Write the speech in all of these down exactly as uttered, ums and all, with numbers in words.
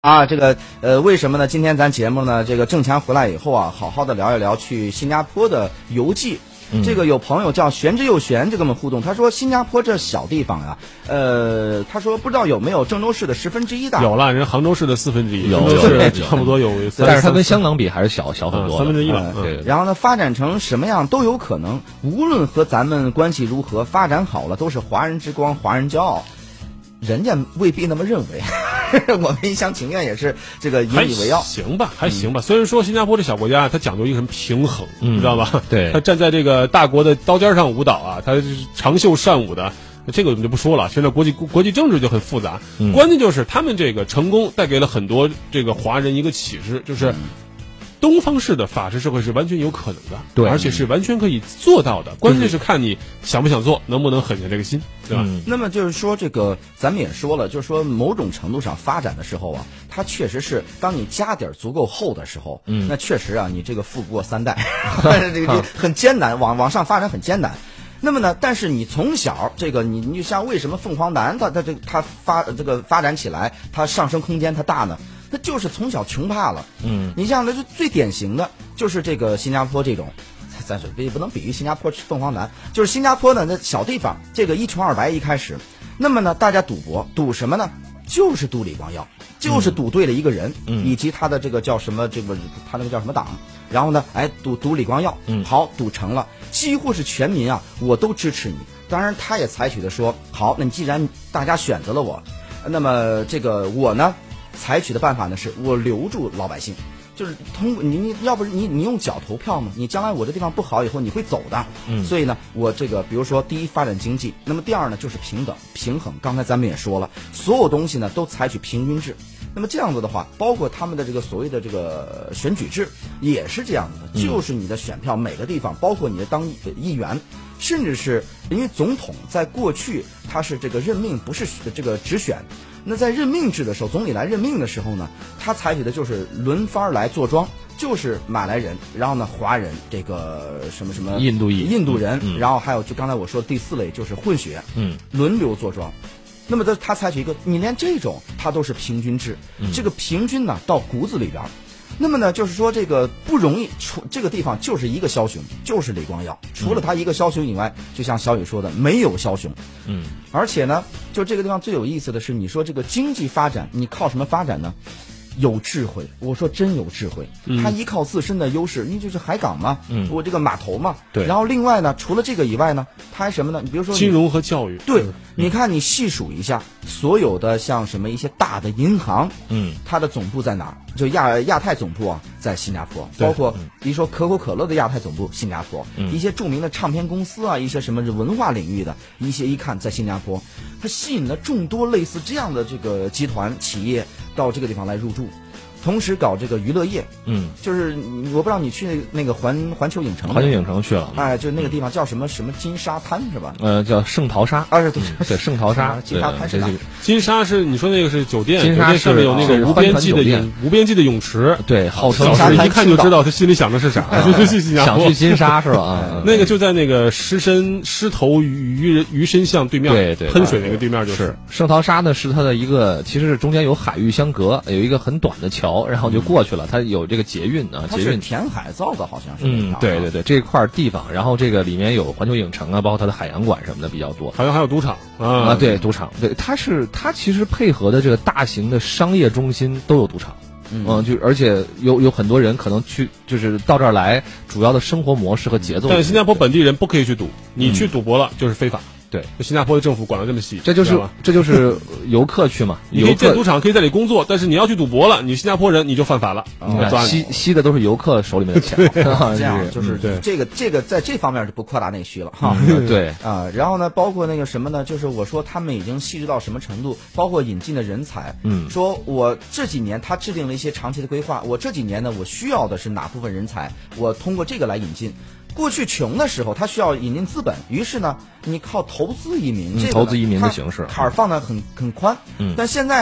啊，这个呃，为什么呢？今天咱节目呢，这个郑强回来以后啊，好好的聊一聊去新加坡的游记。嗯、这个有朋友叫玄之又玄，就跟我们互动，他说新加坡这小地方啊，呃，他说不知道有没有郑州市的十分之一大。 有了，人杭州市的四分之一， 有是差不多有， 但是它跟香港比还是小小很多， 三分之一了。 对、嗯，然后呢，发展成什么样都有可能，无论和咱们关系如何，发展好了都是华人之光，华人骄傲。人家未必那么认为，我们一厢情愿也是这个引以为傲。 行吧，还行吧。嗯、虽然说新加坡这小国家，它讲究一个什么平衡， 嗯、 你知道吧？ 对， 它站在这个大国的刀尖上舞蹈啊，它是长袖善舞的。这个我们就不说了，现在国际国际政治就很复杂。嗯、关键就是他们这个成功带给了很多这个华人一个启示，就是。嗯东方式的法治社会是完全有可能的， 对， 而且是完全可以做到的。关键是看你想不想做，能不能狠下这个心，对吧？ 嗯、那么就是说，这个咱们也说了，就是说某种程度上发展的时候啊，它确实是当你家底儿足够厚的时候，嗯，那确实啊，你这个富不过三代，这个很艰难，往往上发展很艰难。那么呢，但是你从小这个你你像为什么凤凰男它它这它发这个发展起来，它上升空间它大呢？他就是从小穷怕了，嗯，你像那就最典型的就是这个新加坡这种，咱说也不能比喻新加坡凤凰男，就是新加坡呢那小地方，这个一穷二白一开始，那么呢大家赌博赌什么呢？就是赌李光耀，就是赌对了一个人，嗯，以及他的这个叫什么这个他那个叫什么党，然后呢，哎赌赌李光耀，嗯，好赌成了，几乎是全民啊我都支持你。当然他也采取的说，好，那你既然大家选择了我，那么这个我呢。采取的办法呢，是我留住老百姓，就是通过你，你要不是你，你用脚投票嘛，你将来我这地方不好以后你会走的，嗯，所以呢，我这个比如说第一发展经济，那么第二呢就是平等平衡。刚才咱们也说了，所有东西呢都采取平均制，那么这样子的话，包括他们的这个所谓的这个选举制也是这样子的，就是你的选票每个地方，包括你的当议员。甚至是因为总统在过去他是这个任命，不是这个直选。那在任命制的时候，总理来任命的时候呢，他采取的就是轮番来坐庄，就是马来人，然后呢华人，这个什么什么印度裔印度人， 嗯、 然后还有就刚才我说的第四类就是混血， 嗯， 轮流坐庄。那么他他采取一个，你连这种他都是平均制，嗯、这个平均呢到骨子里边。那么呢，就是说这个不容易，除这个地方就是一个枭雄，就是李光耀。除了他一个枭雄以外，嗯、就像小雨说的，没有枭雄。嗯，而且呢，就这个地方最有意思的是，你说这个经济发展，你靠什么发展呢？有智慧，我说真有智慧。嗯、他依靠自身的优势，因为就是海港嘛，嗯，我这个码头嘛， 对。 然后另外呢，除了这个以外呢，他还什么呢？你比如说金融和教育， 对，嗯、你看你细数一下，所有的像什么一些大的银行，嗯，它的总部在哪儿？就亚亚太总部啊，在新加坡，包括比如说可口可乐的亚太总部新加坡，嗯、一些著名的唱片公司啊，一些什么文化领域的一些，一看在新加坡，它吸引了众多类似这样的这个集团企业到这个地方来入驻。同时搞这个娱乐业，嗯，就是我不知道你去那个环环球影城， 环球影城去了， 哎，就那个地方叫什么什么金沙滩是吧？ 呃，叫圣淘沙， 啊，对对， 对圣淘沙， 金沙滩是吧？ 金沙是你说那个是酒店， 金沙上面有那个无边际的泳无边际的泳池， 对，号称小时一看就知道他心里想的是啥， 想去金沙是吧？啊， 那个就在那个狮身狮头鱼鱼身像对面， 对对， 喷水那个对面就是圣淘沙呢，是它的一个，其实是中间有海域相隔，有一个很短的桥，然后就过去了。它有这个捷运啊，捷运填海造的，好像是。 嗯，对对对，这块地方，然后这个里面有环球影城啊，包括它的海洋馆什么的比较多， 好像还有赌场啊啊，对，赌场，对，它是它其实配合的这个大型的商业中心都有赌场，嗯，嗯就而且有有很多人可能去就是到这儿来，主要的生活模式和节奏。 但是新加坡本地人不可以去赌，你去赌博了就是非法。 对， 新加坡的政府管得这么细， 这就是这就是游客去嘛， 你可以建赌场，可以在里工作，但是你要去赌博了，你新加坡人你就犯法了， 抓吸吸的都是游客手里面的钱， 这样就是这个这个在这方面是不扩大内需了哈。 对啊，然后呢，包括那个什么呢，就是我说他们已经细致到什么程度，包括引进的人才，嗯，说我这几年他制定了一些长期的规划，我这几年呢，我需要的是哪部分人才，我通过这个来引进。过去穷的时候，他需要引进资本，于是呢，你靠投资移民， 嗯、 这个投资移民的形式， 坎儿放得很很宽。嗯，但现在呢，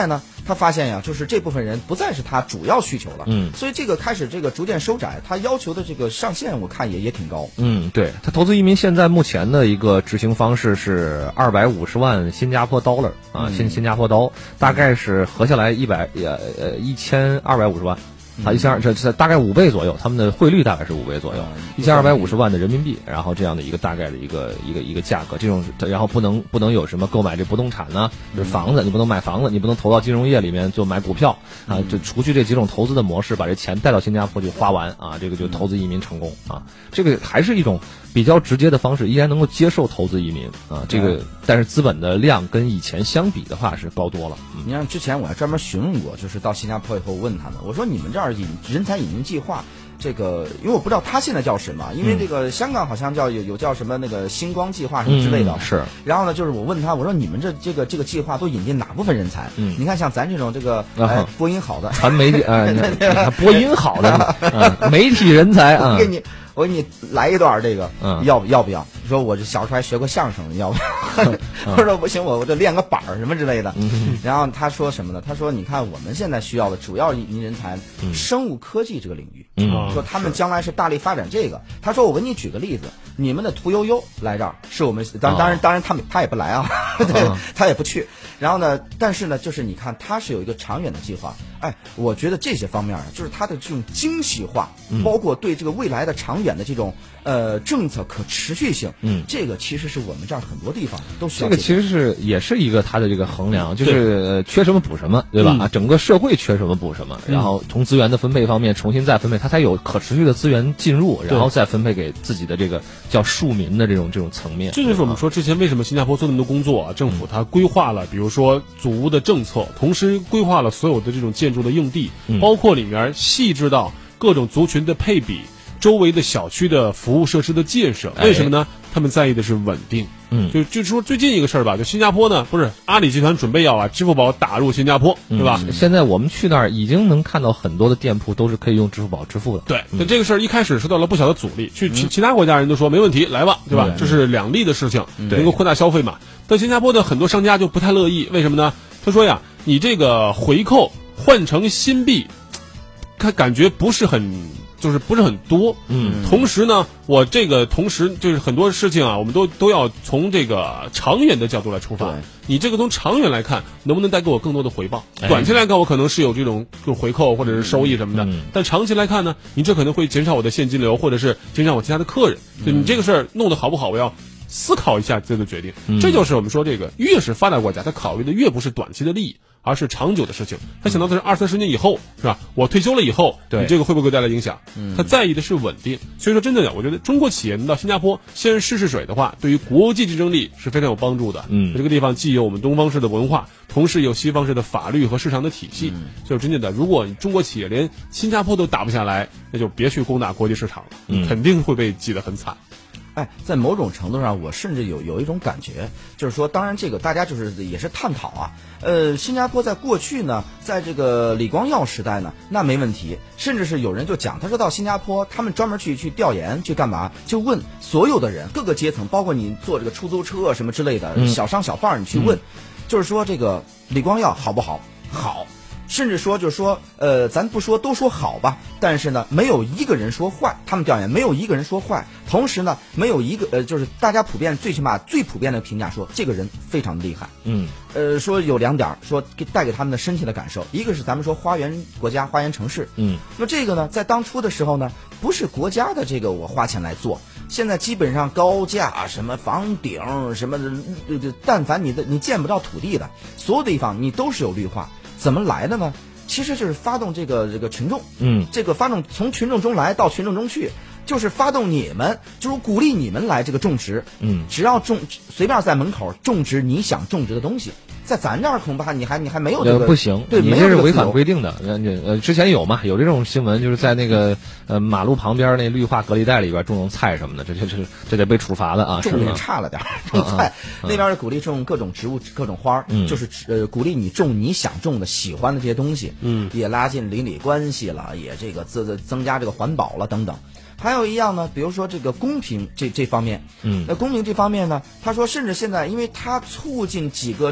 他发现呀，就是这部分人不再是他主要需求了， 嗯， 所以这个开始这个逐渐收窄，他要求的这个上限我看也也挺高。 嗯，对，他投资移民现在目前的一个执行方式是二百五十万新加坡 dollar 啊， 嗯、 新新加坡刀，大概是合下来一百呃呃一千二百五十万。啊，一千二这这大概五倍左右，他们的汇率大概是五倍左右，一千二百五十万的人民币，然后这样的一个大概的一个一个一个价格，这种然后不能不能有什么购买这不动产呢，就是房子，你不能买房子，你不能投到金融业里面就买股票啊，就除去这几种投资的模式，把这钱带到新加坡就花完啊，这个就投资移民成功啊，这个还是一种比较直接的方式，依然能够接受投资移民啊，这个但是资本的量跟以前相比的话是高多了。嗯、 你看之前我还专门询问过，就是到新加坡以后问他们，我说你们这儿引人才引进计划，这个因为我不知道他现在叫什么，因为这个香港好像叫有有叫什么那个星光计划什么之类的。 嗯、是。 然后呢，就是我问他，我说你们这这个这个计划都引进哪部分人才？嗯，你看像咱这种这个哎播音好的， 传媒呃播音好的，嗯、媒体人才啊。 我给你。我给你来一段这个， 嗯、 要不要不要？你说我这小时候还学过相声，要不要？我说不行，我我这练个板儿什么之类的。 嗯、 然后他说什么呢？他说你看我们现在需要的主要移民人才，嗯、生物科技这个领域， 嗯、 说他们将来是大力发展这个。他说我给你举个例子，你们的屠呦呦来这儿是我们当当然当然他们他也不来啊，对，他也不去。然后呢，但是呢，就是你看他是有一个长远的计划。哎，我觉得这些方面啊，就是他的这种精细化， 嗯、 包括对这个未来的长远的这种呃政策可持续性， 嗯， 这个其实是我们这儿很多地方都需要。 这个其实是也是一个他的这个衡量，就是、呃、缺什么补什么，对吧？嗯、啊，整个社会缺什么补什么，然后从资源的分配方面重新再分配，它才有可持续的资源进入，然后再分配给自己的这个叫庶民的这种这种层面。 这就是我们说之前为什么新加坡做那么多工作啊？政府它规划了，比如说祖屋的政策，同时规划了所有的这种建筑的用地。包括里面细致到各种族群的配比，周围的小区的服务设施的建设，为什么呢？他们在意的是稳定。 嗯， 就就说最近一个事儿吧，就新加坡呢，不是阿里集团准备要啊支付宝打入新加坡，对吧？ 嗯、现在我们去那儿已经能看到很多的店铺都是可以用支付宝支付的。 对，但、嗯、这个事儿一开始受到了不小的阻力，去其其他国家人都说没问题，来吧，对吧？ 嗯、 这是两利的事情， 嗯、 能够扩大消费嘛。但新加坡的很多商家就不太乐意，为什么呢？他说呀，你这个回扣换成新币。他感觉不是很，就是不是很多， 嗯。 同时呢，我这个同时就是很多事情啊，我们都都要从这个长远的角度来出发。你这个从长远来看，能不能带给我更多的回报？ 哎、 短期来看，我可能是有这种就回扣或者是收益什么的， 嗯、 但长期来看呢，你这可能会减少我的现金流，或者是减少我其他的客人。就你这个事儿弄得好不好，我要思考一下这个决定。 嗯、 这就是我们说这个越是发达国家，他考虑的越不是短期的利益。而是长久的事情，他想到的是二三十年以后，是吧？我退休了以后， 对你这个会不会带来影响？ 嗯， 他在意的是稳定。所以说，真的，我觉得中国企业能到新加坡先试试水的话，对于国际竞争力是非常有帮助的。 嗯， 这个地方既有我们东方式的文化，同时有西方式的法律和市场的体系。 嗯， 所以真的，如果中国企业连新加坡都打不下来，那就别去攻打国际市场了， 嗯， 肯定会被挤得很惨。 哎，在某种程度上，我甚至有有一种感觉，就是说，当然这个大家就是也是探讨啊。呃，新加坡在过去呢，在这个李光耀时代呢，那没问题，甚至是有人就讲，他说到新加坡，他们专门去去调研，去干嘛？就问所有的人，各个阶层，包括你坐这个出租车什么之类的， 嗯、 小商小贩，你去问， 嗯、 就是说这个李光耀好不好？好。甚至说，就是说，呃，咱不说都说好吧，但是呢，没有一个人说坏。他们调研没有一个人说坏，同时呢，没有一个呃，就是大家普遍最起码最普遍的评价说，这个人非常的厉害。 嗯， 呃，说有两点，说给带给他们的深切的感受，一个是咱们说花园国家、花园城市。 嗯， 那这个呢，在当初的时候呢，不是国家的这个我花钱来做，现在基本上高架什么房顶什么的，但凡你的你见不到土地的，所有地方你都是有绿化。怎么来的呢？其实就是发动这个这个群众， 嗯， 这个发动从群众中来到群众中去，就是发动你们，就是鼓励你们来这个种植， 嗯， 只要种随便在门口种植你想种植的东西，在咱这儿恐怕你还你还没有这个、 呃、不行， 对， 你这是违反规定的。呃，之前有嘛，有这种新闻，就是在那个呃马路旁边那绿化隔离带里边种种菜什么的，这这这这得被处罚的啊。 种的也差了点，种菜、 啊啊、 那边是鼓励种各种植物、各种花， 嗯、 就是呃鼓励你种你想种的、喜欢的这些东西， 嗯， 也拉近邻里关系了，也这个增增加这个环保了等等。还有一样呢，比如说这个公平这这方面， 嗯， 那公平这方面呢，他说甚至现在，因为他促进几个这个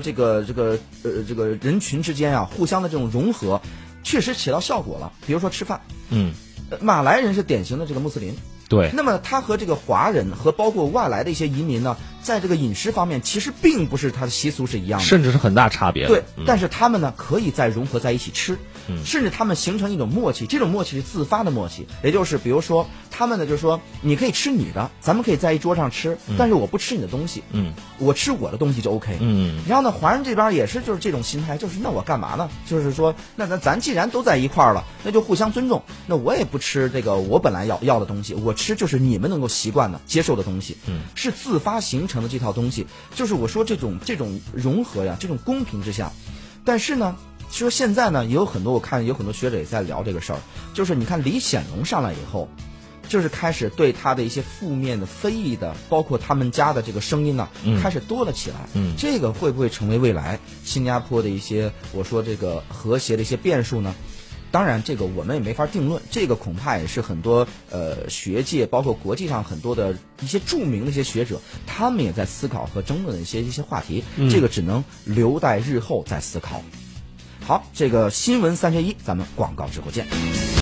这个呃这个人群之间啊，互相的这种融合，确实起到效果了。比如说吃饭， 嗯， 马来人是典型的这个穆斯林。 对， 那么他和这个华人和包括外来的一些移民呢，在这个饮食方面其实并不是他的习俗是一样的， 甚至是很大差别的。 对， 嗯、 但是他们呢可以再融合在一起吃， 嗯、 甚至他们形成一种默契，这种默契是自发的默契，也就是比如说他们呢就是说你可以吃你的，咱们可以在一桌上吃， 嗯、 但是我不吃你的东西， 嗯， 我吃我的东西就 OK， 嗯， 然后呢华人这边也是就是这种心态，就是那我干嘛呢？就是说那咱咱既然都在一块儿了，那就互相尊重，那我也不吃这个我本来要要的东西，我吃就是你们能够习惯的接受的东西， 嗯， 是自发形成的这套东西，就是我说这种这种融合呀，这种公平之下，但是呢，说现在呢也有很多，我看有很多学者也在聊这个事儿，就是你看李显龙上来以后，就是开始对他的一些负面的、非议的，包括他们家的这个声音呢， 嗯、 开始多了起来。 嗯，这个会不会成为未来新加坡的一些我说这个和谐的一些变数呢？当然，这个我们也没法定论，这个恐怕也是很多呃学界，包括国际上很多的一些著名的一些学者，他们也在思考和争论的一些一些话题， 嗯、 这个只能留待日后再思考。好，这个新闻三缺一，咱们广告之后见。